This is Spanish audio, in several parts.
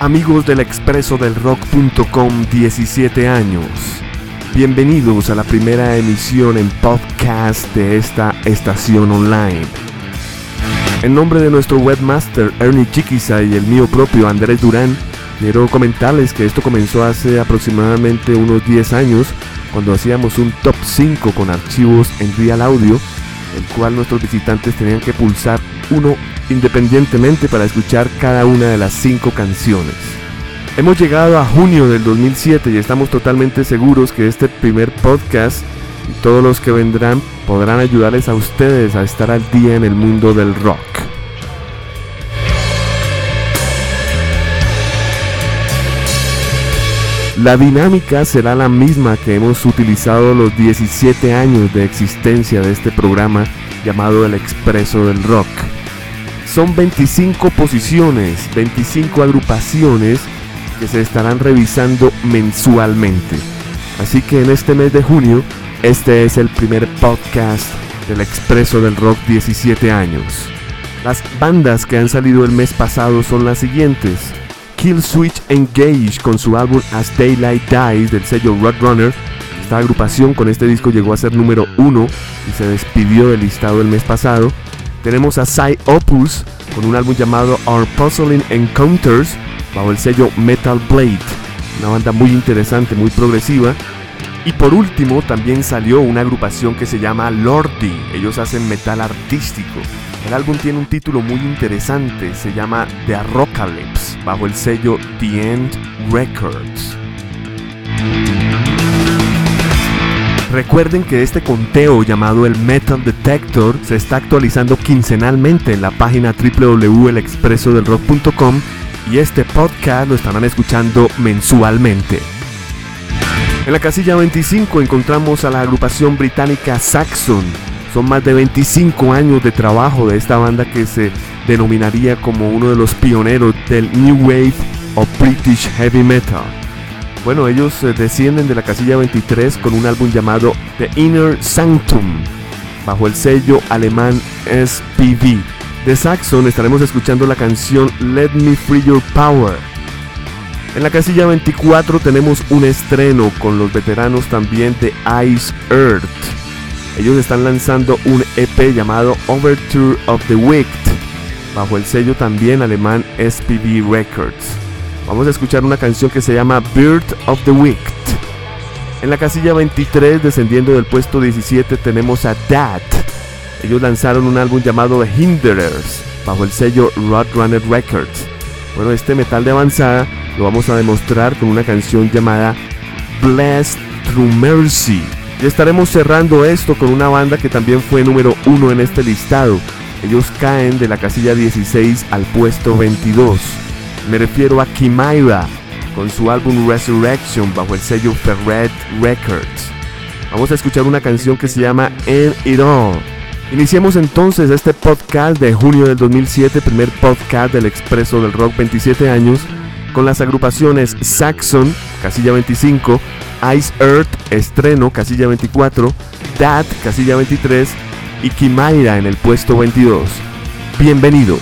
Amigos del expresodelrock.com, 17 años. Bienvenidos a la primera emisión en podcast de esta estación online. En nombre de nuestro webmaster Ernie Chiquiza y el mío propio Andrés Durán, quiero comentarles que esto comenzó hace aproximadamente unos 10 años, cuando hacíamos un top 5 con archivos en Real Audio, el cual nuestros visitantes tenían que pulsar uno independientemente para escuchar cada una de las 5 canciones. Hemos llegado a junio del 2007 y estamos totalmente seguros que este primer podcast y todos los que vendrán podrán ayudarles a ustedes a estar al día en el mundo del rock. La dinámica será la misma que hemos utilizado los 17 años de existencia de este programa llamado El Expreso del Rock. Son 25 posiciones, 25 agrupaciones que se estarán revisando mensualmente. Así que en este mes de junio, este es el primer podcast del Expreso del Rock 17 años. Las bandas que han salido el mes pasado son las siguientes: Killswitch Engage con su álbum As Daylight Dies del sello Roadrunner. Esta agrupación con este disco llegó a ser número 1 y se despidió del listado el mes pasado. Tenemos a Psy Opus con un álbum llamado Our Puzzling Encounters bajo el sello Metal Blade, una banda muy interesante, muy progresiva. Y por último también salió una agrupación que se llama Lordi. Ellos hacen metal artístico. El álbum tiene un título muy interesante, se llama The Apocalypse bajo el sello The End Records. Recuerden que este conteo llamado el Metal Detector se está actualizando quincenalmente en la página www.elexpresodelrock.com y este podcast lo estarán escuchando mensualmente. En la casilla 25 encontramos a la agrupación británica Saxon. Son más de 25 años de trabajo de esta banda que se denominaría como uno de los pioneros del New Wave o British Heavy Metal. Bueno, ellos descienden de la casilla 23 con un álbum llamado The Inner Sanctum, bajo el sello alemán SPV. De Saxon estaremos escuchando la canción Let Me Free Your Power. En la casilla 24 tenemos un estreno con los veteranos también de Ice Earth. Ellos están lanzando un EP llamado Overture of the Wicked, bajo el sello también alemán SPV Records. Vamos a escuchar una canción que se llama Bird of the Wicked. En la casilla 23, descendiendo del puesto 17, tenemos a Dat. Ellos lanzaron un álbum llamado The Hinderers, bajo el sello Roadrunner Records. Bueno, este metal de avanzada lo vamos a demostrar con una canción llamada Blessed Through Mercy. Y estaremos cerrando esto con una banda que también fue número 1 en este listado. Ellos caen de la casilla 16 al puesto 22. Me refiero a Chimaira con su álbum Resurrection bajo el sello Ferret Records. Vamos a escuchar una canción que se llama End It All. Iniciemos entonces este podcast de junio del 2007, primer podcast del Expreso del Rock 27 años, con las agrupaciones Saxon, casilla 25, Ice Earth, estreno, casilla 24, Dat, casilla 23 y Chimaira en el puesto 22. Bienvenidos.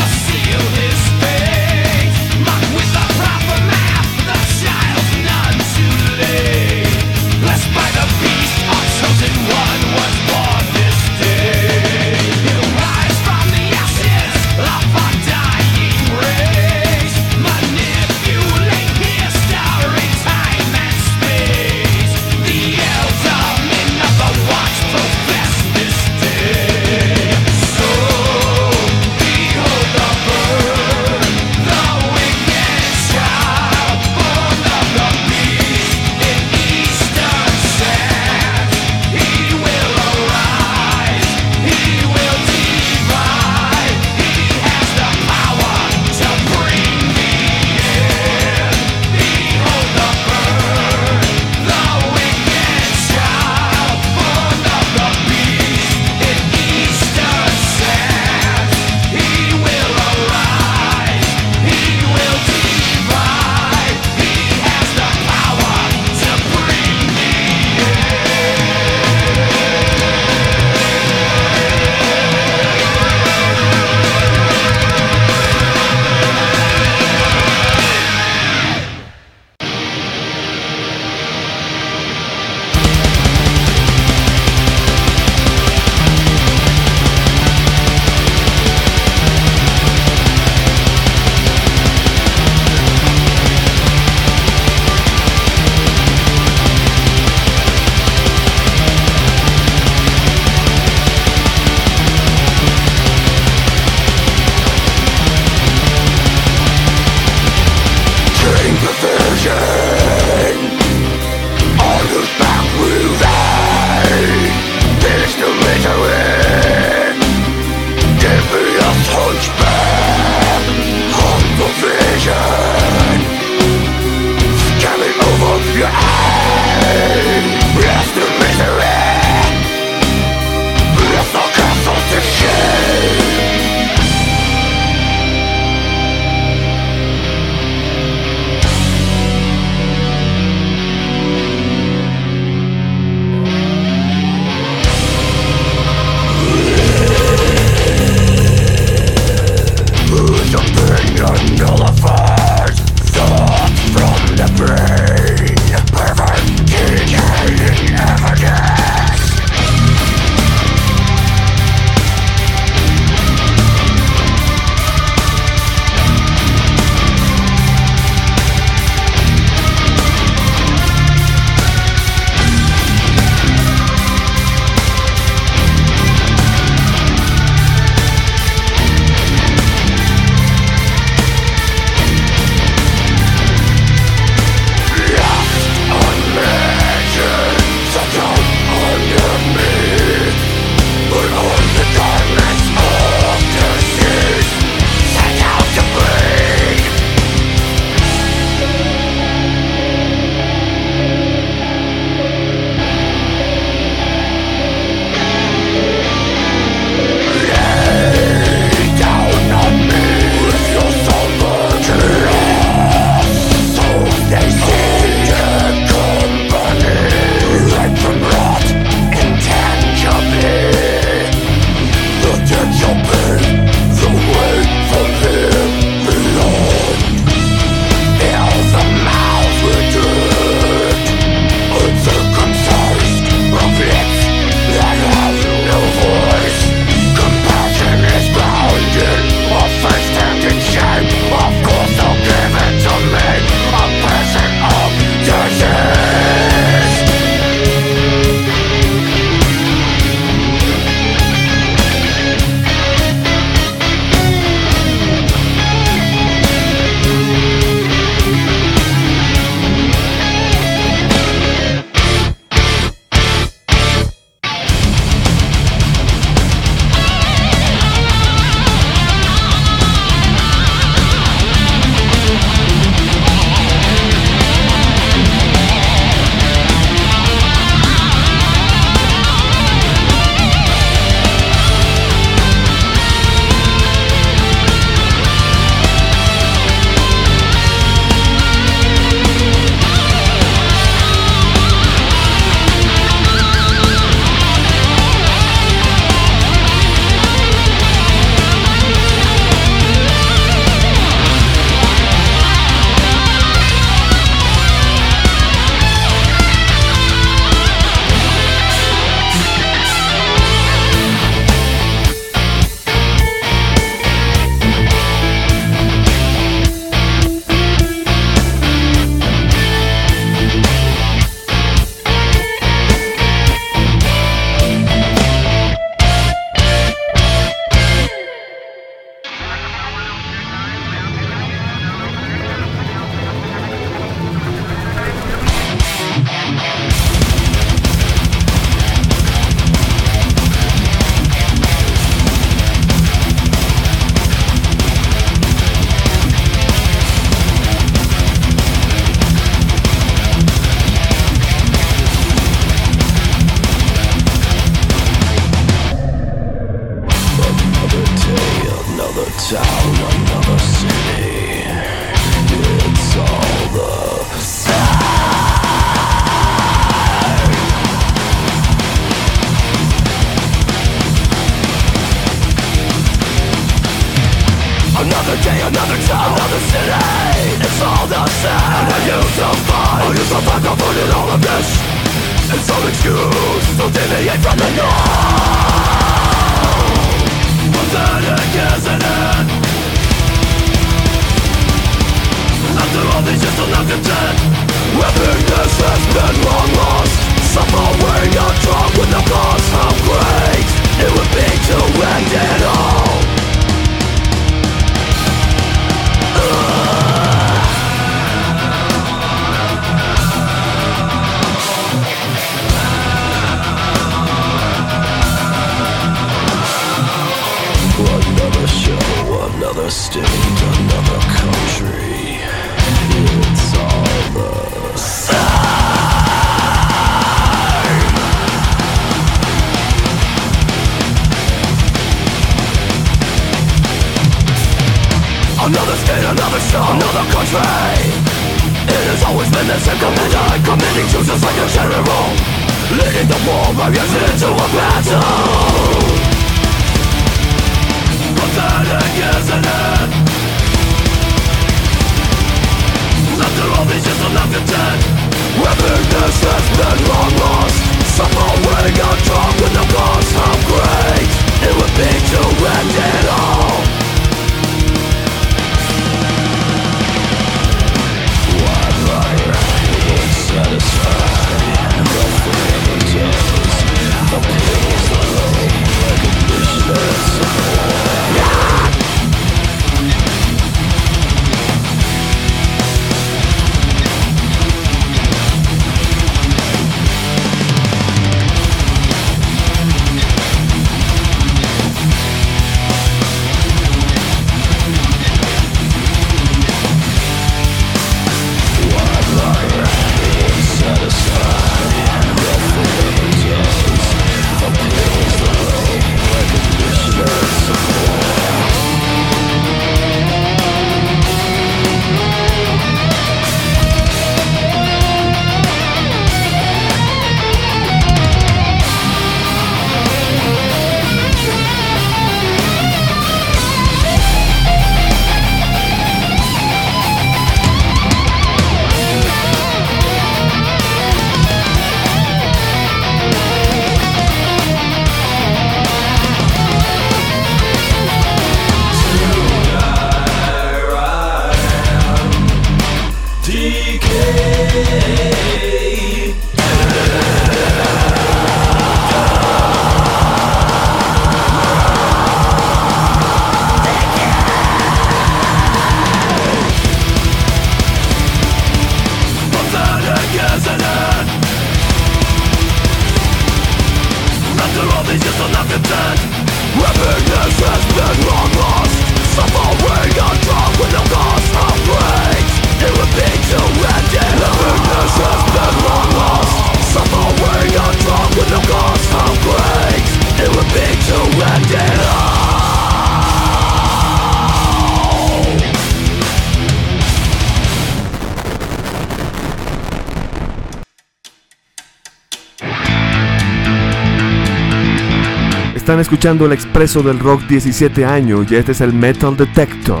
Están escuchando el Expreso del Rock 17 años y este es el Metal Detector.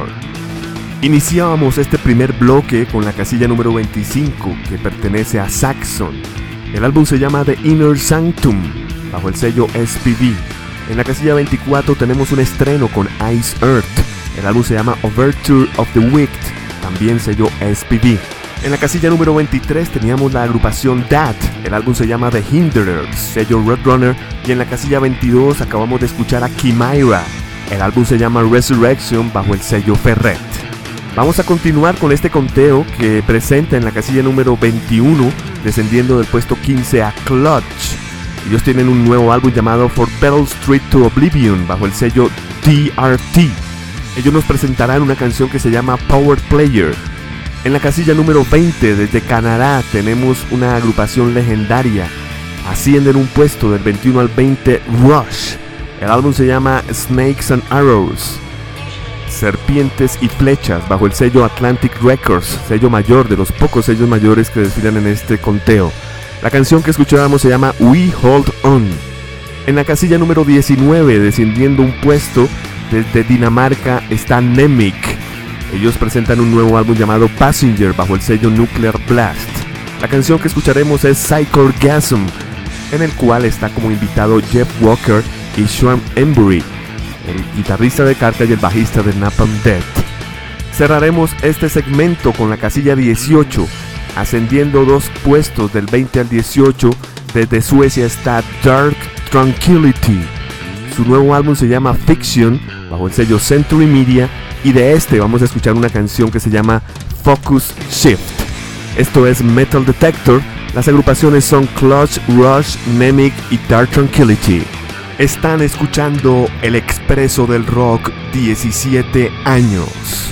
Iniciábamos este primer bloque con la casilla número 25 que pertenece a Saxon. El álbum se llama The Inner Sanctum bajo el sello SPV. En la casilla 24 tenemos un estreno con Ice Earth. El álbum se llama Overture of the Wicked, también sello SPV. En la casilla número 23 teníamos la agrupación Dat, el álbum se llama The Hinderers, sello Roadrunner, y en la casilla 22 acabamos de escuchar a Chimaira, el álbum se llama Resurrection bajo el sello Ferret. Vamos a continuar con este conteo que presenta en la casilla número 21, descendiendo del puesto 15 a Clutch. Ellos tienen un nuevo álbum llamado For Battle Street to Oblivion bajo el sello DRT. Ellos nos presentarán una canción que se llama Power Player. En la casilla número 20 desde Canadá tenemos una agrupación legendaria. Ascienden un puesto del 21 al 20 Rush. El álbum se llama Snakes and Arrows, Serpientes y Flechas, bajo el sello Atlantic Records, sello mayor, de los pocos sellos mayores que desfilan en este conteo. La canción que escuchábamos se llama We Hold On. En la casilla número 19, descendiendo un puesto, desde Dinamarca está Nemik. Ellos presentan un nuevo álbum llamado Passenger bajo el sello Nuclear Blast. La canción que escucharemos es Psychorgasm, en el cual está como invitado Jeff Walker y Sean Embury, el guitarrista de Carca y el bajista de Napalm Death. Cerraremos este segmento con la casilla 18, ascendiendo 2 puestos del 20 al 18. Desde Suecia está Dark Tranquility. Su nuevo álbum se llama Fiction, bajo el sello Century Media, y de este vamos a escuchar una canción que se llama Focus Shift. Esto es Metal Detector. Las agrupaciones son Clutch, Rush, Nemik y Dark Tranquility. Están escuchando El Expreso del Rock, 17 años.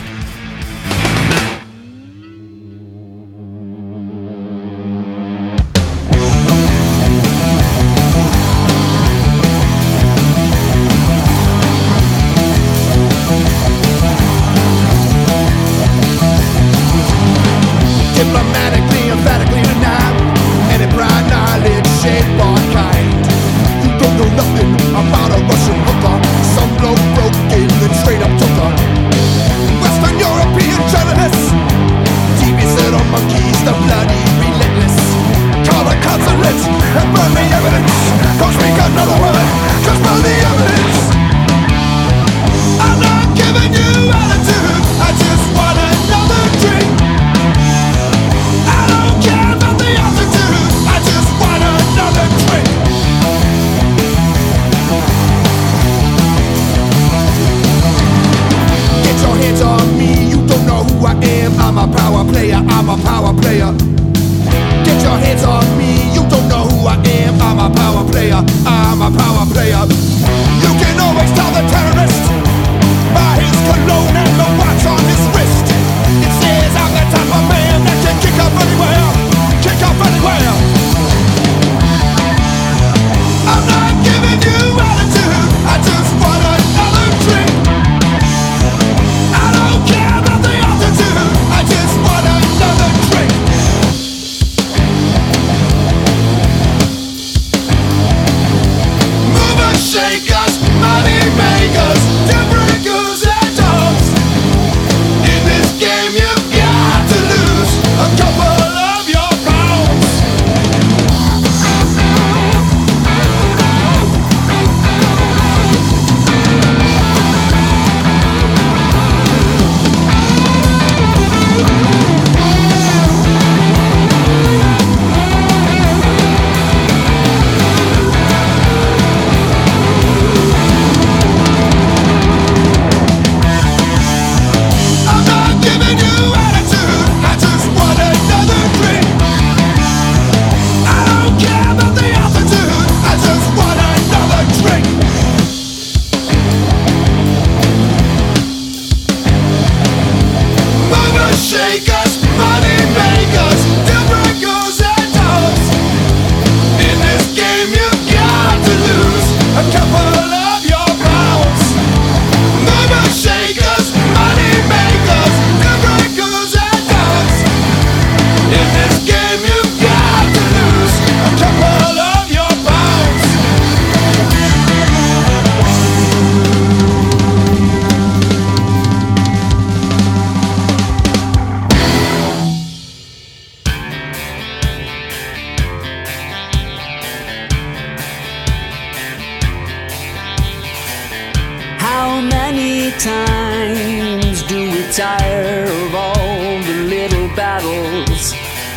times do we tire of all the little battles,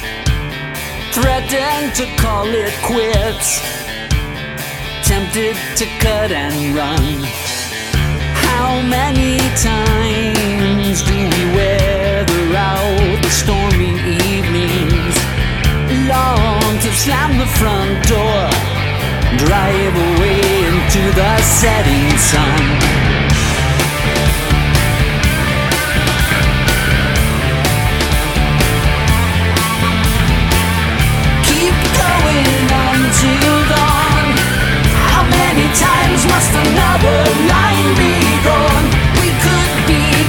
threaten to call it quits, tempted to cut and run? How many times do we weather out the stormy evenings, long to slam the front door, drive away into the setting sun? Until dawn, how many times must another line be drawn? We could be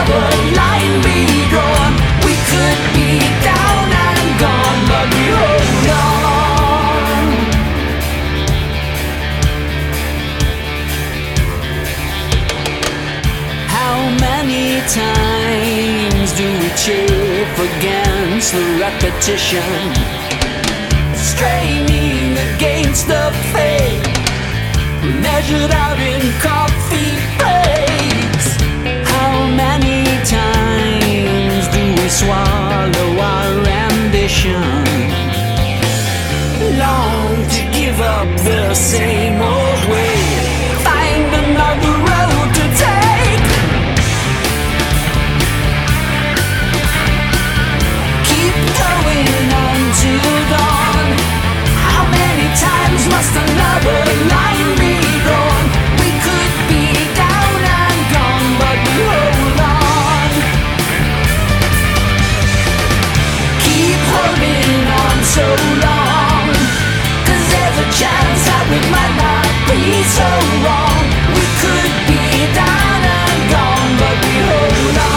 another line be drawn. We could be down and gone, but we hold on. How many times do we chafe against the repetition, straining against the fate, measured out in coffee breaks? How many times do we swallow our ambition, long to give up the same old way, find another road to take, keep going until dawn? How many times must another line be drawn? We could be down and gone, but we hold on. Keep holding on so long, 'cause there's a chance that we might not be so wrong. We could be down and gone, but we hold on.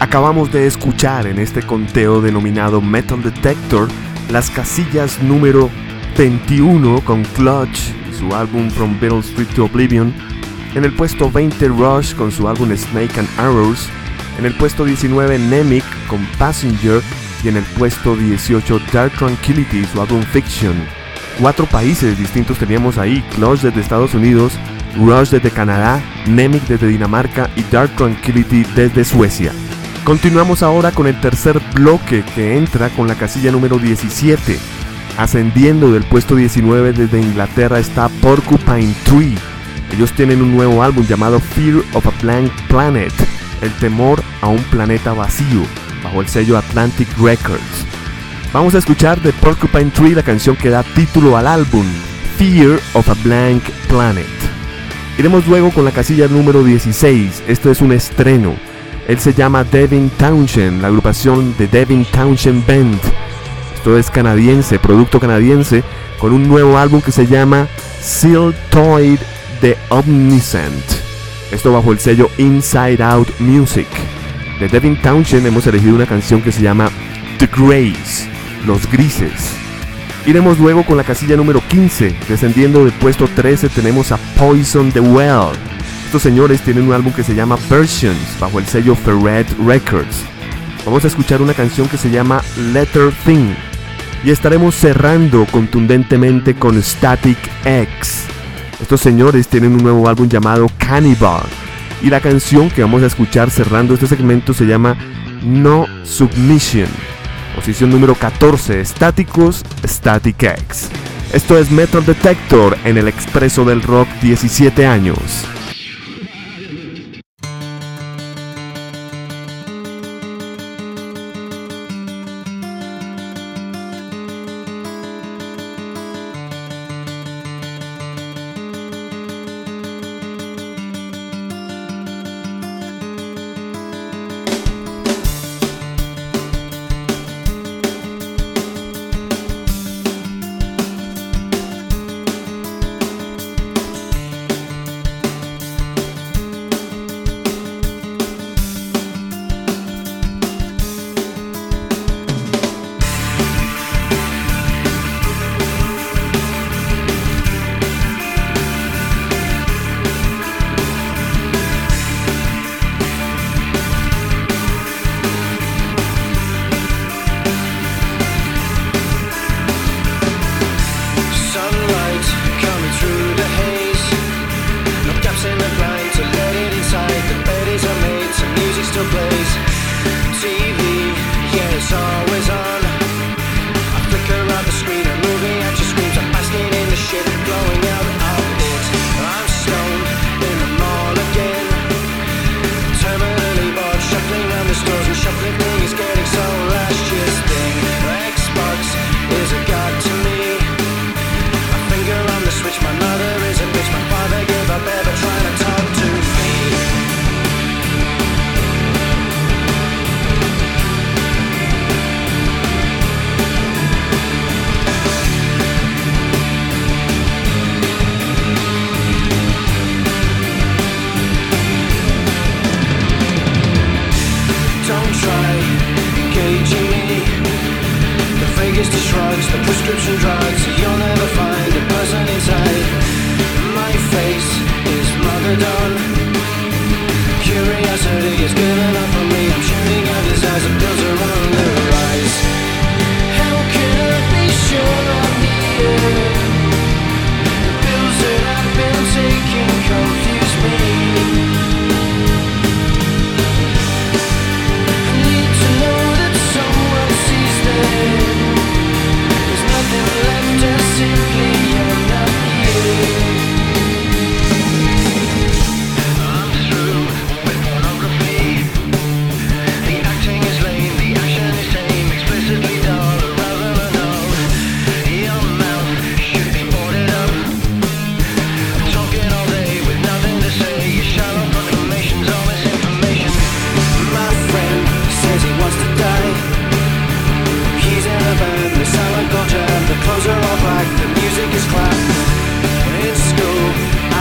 Acabamos de escuchar en este conteo denominado Metal Detector las casillas número 21 con Clutch y su álbum From Beale Street to Oblivion, en el puesto 20 Rush con su álbum Snake and Arrows, en el puesto 19 Nemic con Passenger y en el puesto 18 Dark Tranquillity y su álbum Fiction. 4 países distintos teníamos ahí: Clutch desde Estados Unidos, Rush desde Canadá, Nemic desde Dinamarca y Dark Tranquillity desde Suecia. Continuamos ahora con el tercer bloque, que entra con la casilla número 17. Ascendiendo del puesto 19 desde Inglaterra está Porcupine Tree. Ellos tienen un nuevo álbum llamado Fear of a Blank Planet, el temor a un planeta vacío, bajo el sello Atlantic Records. Vamos a escuchar de Porcupine Tree la canción que da título al álbum, Fear of a Blank Planet. Iremos luego con la casilla número 16. Esto es un estreno. Él se llama Devin Townshend, la agrupación de Devin Townshend Band. Esto es canadiense, producto canadiense, con un nuevo álbum que se llama Siltoid the Omniscient. Esto bajo el sello Inside Out Music. De Devin Townshend hemos elegido una canción que se llama The Greys, Los Grises. Iremos luego con la casilla número 15. Descendiendo del puesto 13 tenemos a Poison the Well. Estos señores tienen un álbum que se llama Versions bajo el sello Ferret Records. Vamos a escuchar una canción que se llama Letter Thing y estaremos cerrando contundentemente con Static X. Estos señores tienen un nuevo álbum llamado Cannibal y la canción que vamos a escuchar cerrando este segmento se llama No Submission. Posición número 14, Estáticos, Static X. Esto es Metal Detector en el Expreso del Rock, 17 años.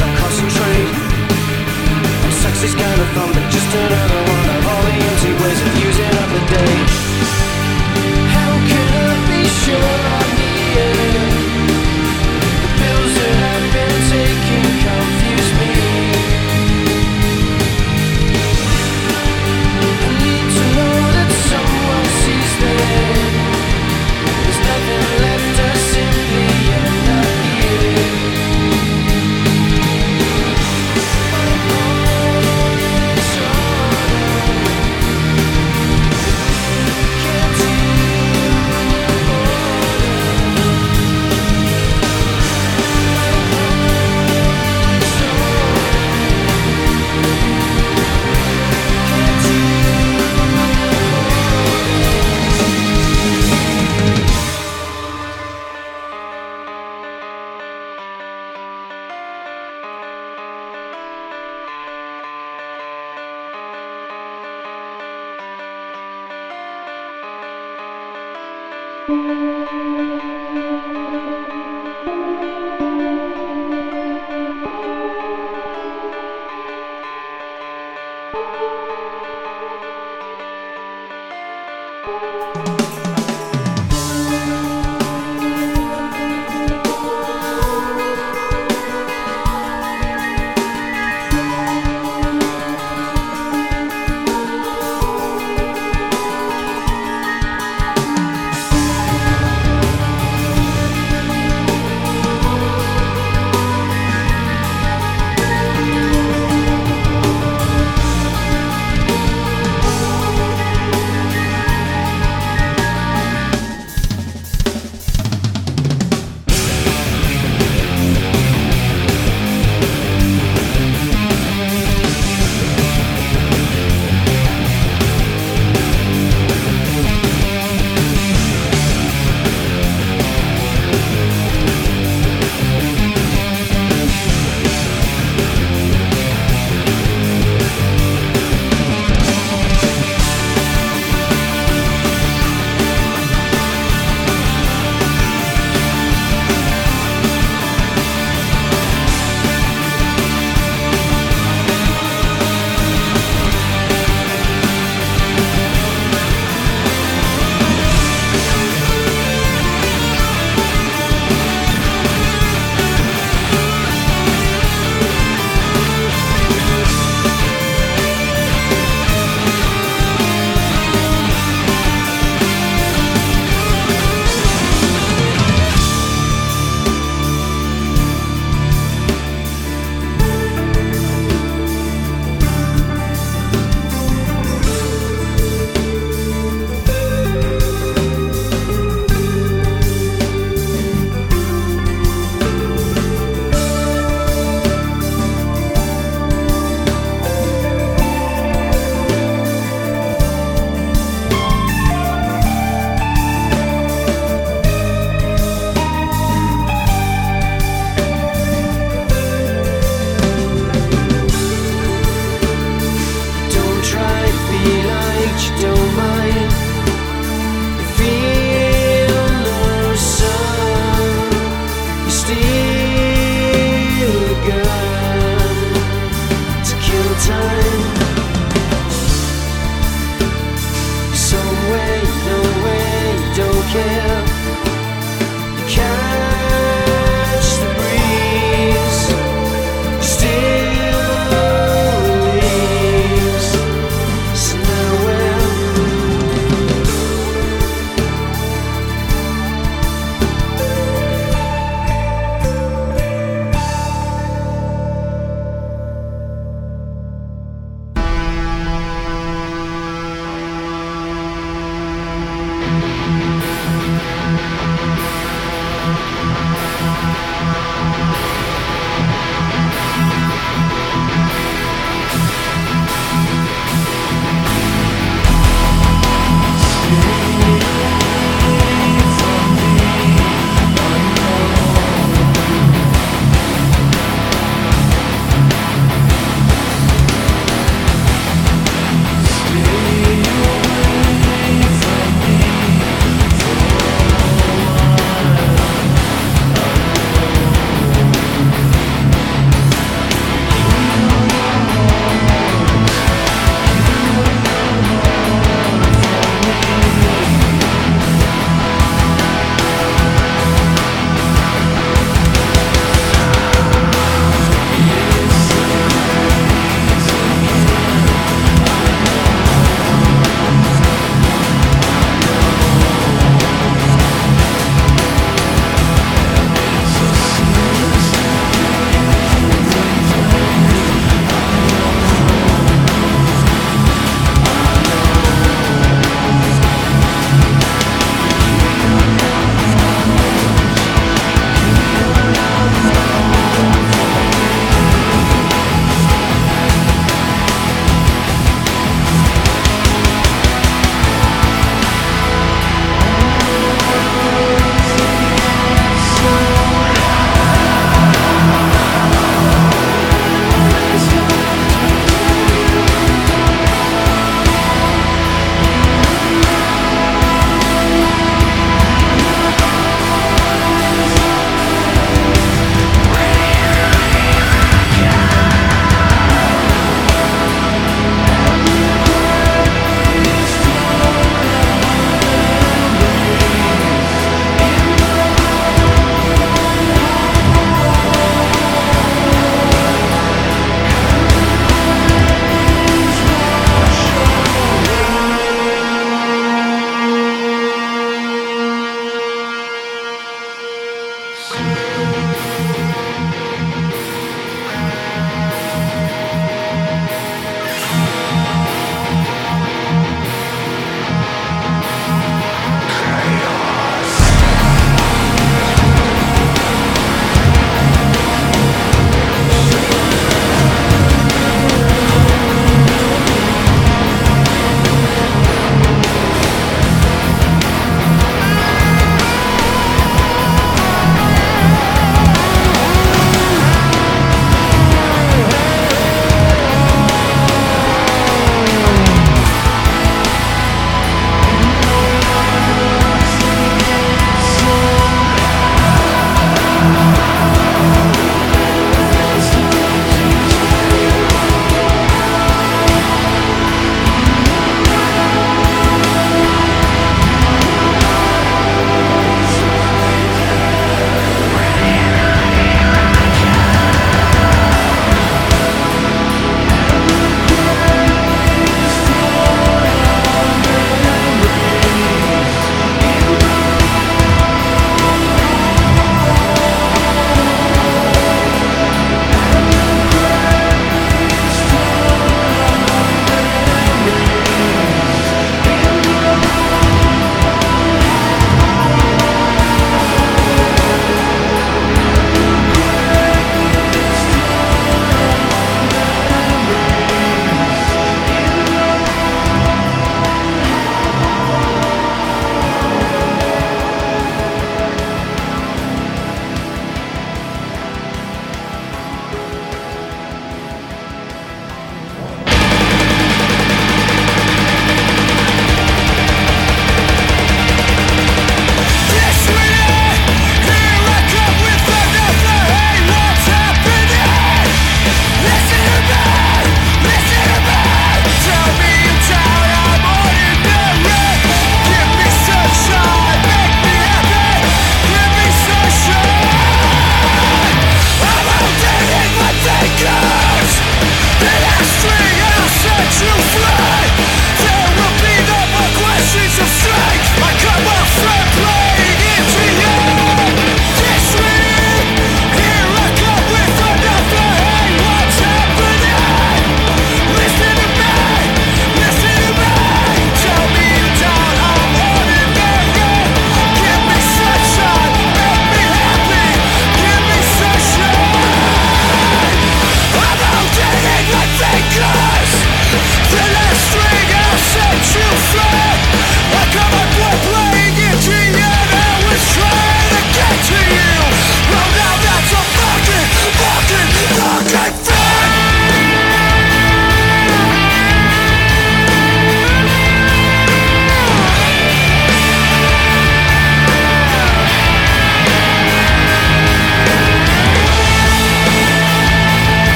Just another one of all the empty ways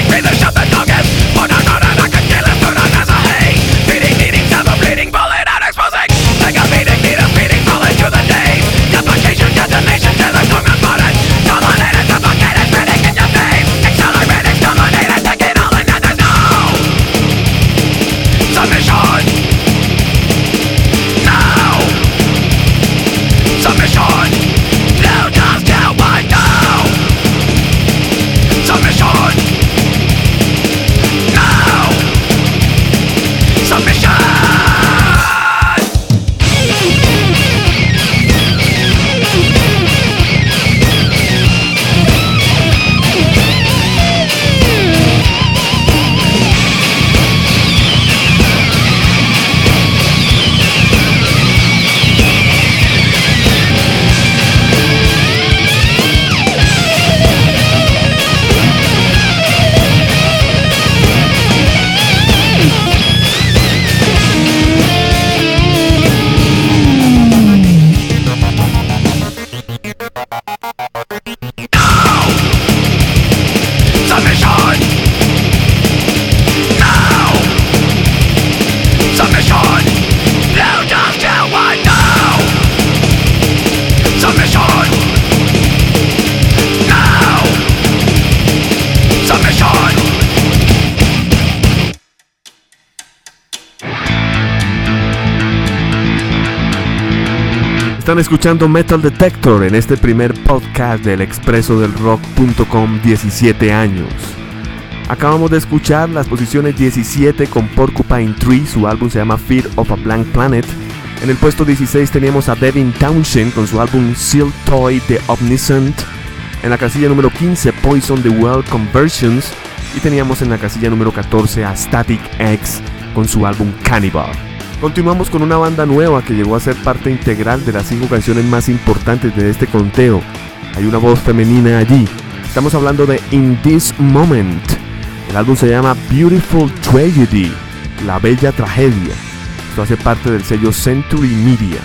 Están escuchando Metal Detector en este primer podcast del expresodelrock.com 17 años. Acabamos de escuchar las posiciones 17 con Porcupine Tree, su álbum se llama Fear of a Blank Planet. En el puesto 16 teníamos a Devin Townsend con su álbum Seal Toy The Omniscient. En la casilla número 15 Poison the Well Conversions. Y teníamos en la casilla número 14 a Static X con su álbum Cannibal. Continuamos con una banda nueva que llegó a ser parte integral de las 5 canciones más importantes de este conteo. Hay una voz femenina allí. Estamos hablando de In This Moment. El álbum se llama Beautiful Tragedy, La Bella Tragedia. Esto hace parte del sello Century Media.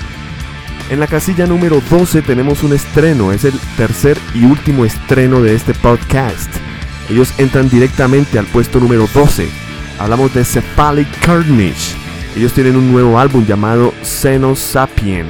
En la casilla número 12 tenemos un estreno, es el tercer y último estreno de este podcast. Ellos entran directamente al puesto número 12. Hablamos de Cephalic Carnage. Ellos tienen un nuevo álbum llamado Xenosapien.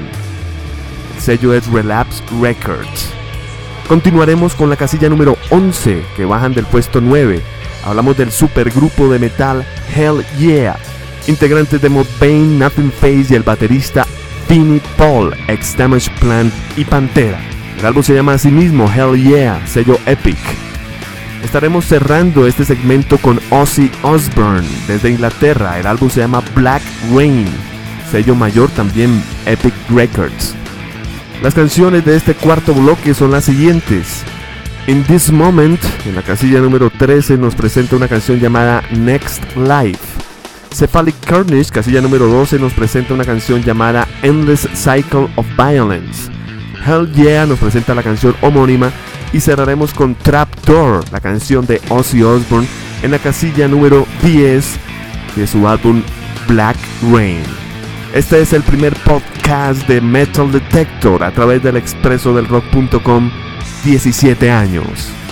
El sello es Relapse Records. Continuaremos con la casilla número 11, que bajan del puesto 9. Hablamos del supergrupo de metal Hell Yeah, integrantes de Mudvayne, Nothing Face y el baterista Vinnie Paul, ex Damage Plan y Pantera. El álbum se llama a sí mismo Hell Yeah, sello Epic. Estaremos cerrando este segmento con Ozzy Osbourne desde Inglaterra. El álbum se llama Black Rain, sello mayor también Epic Records. Las canciones de este cuarto bloque son las siguientes. In This Moment, en la casilla número 13, nos presenta una canción llamada Next Life. Cephalic Carnage, casilla número 12, nos presenta una canción llamada Endless Cycle of Violence. Hell Yeah nos presenta la canción homónima. Y cerraremos con Trapdoor, la canción de Ozzy Osbourne, en la casilla número 10 de su álbum Black Rain. Este es el primer podcast de Metal Detector a través del expresodelrock.com 17 años.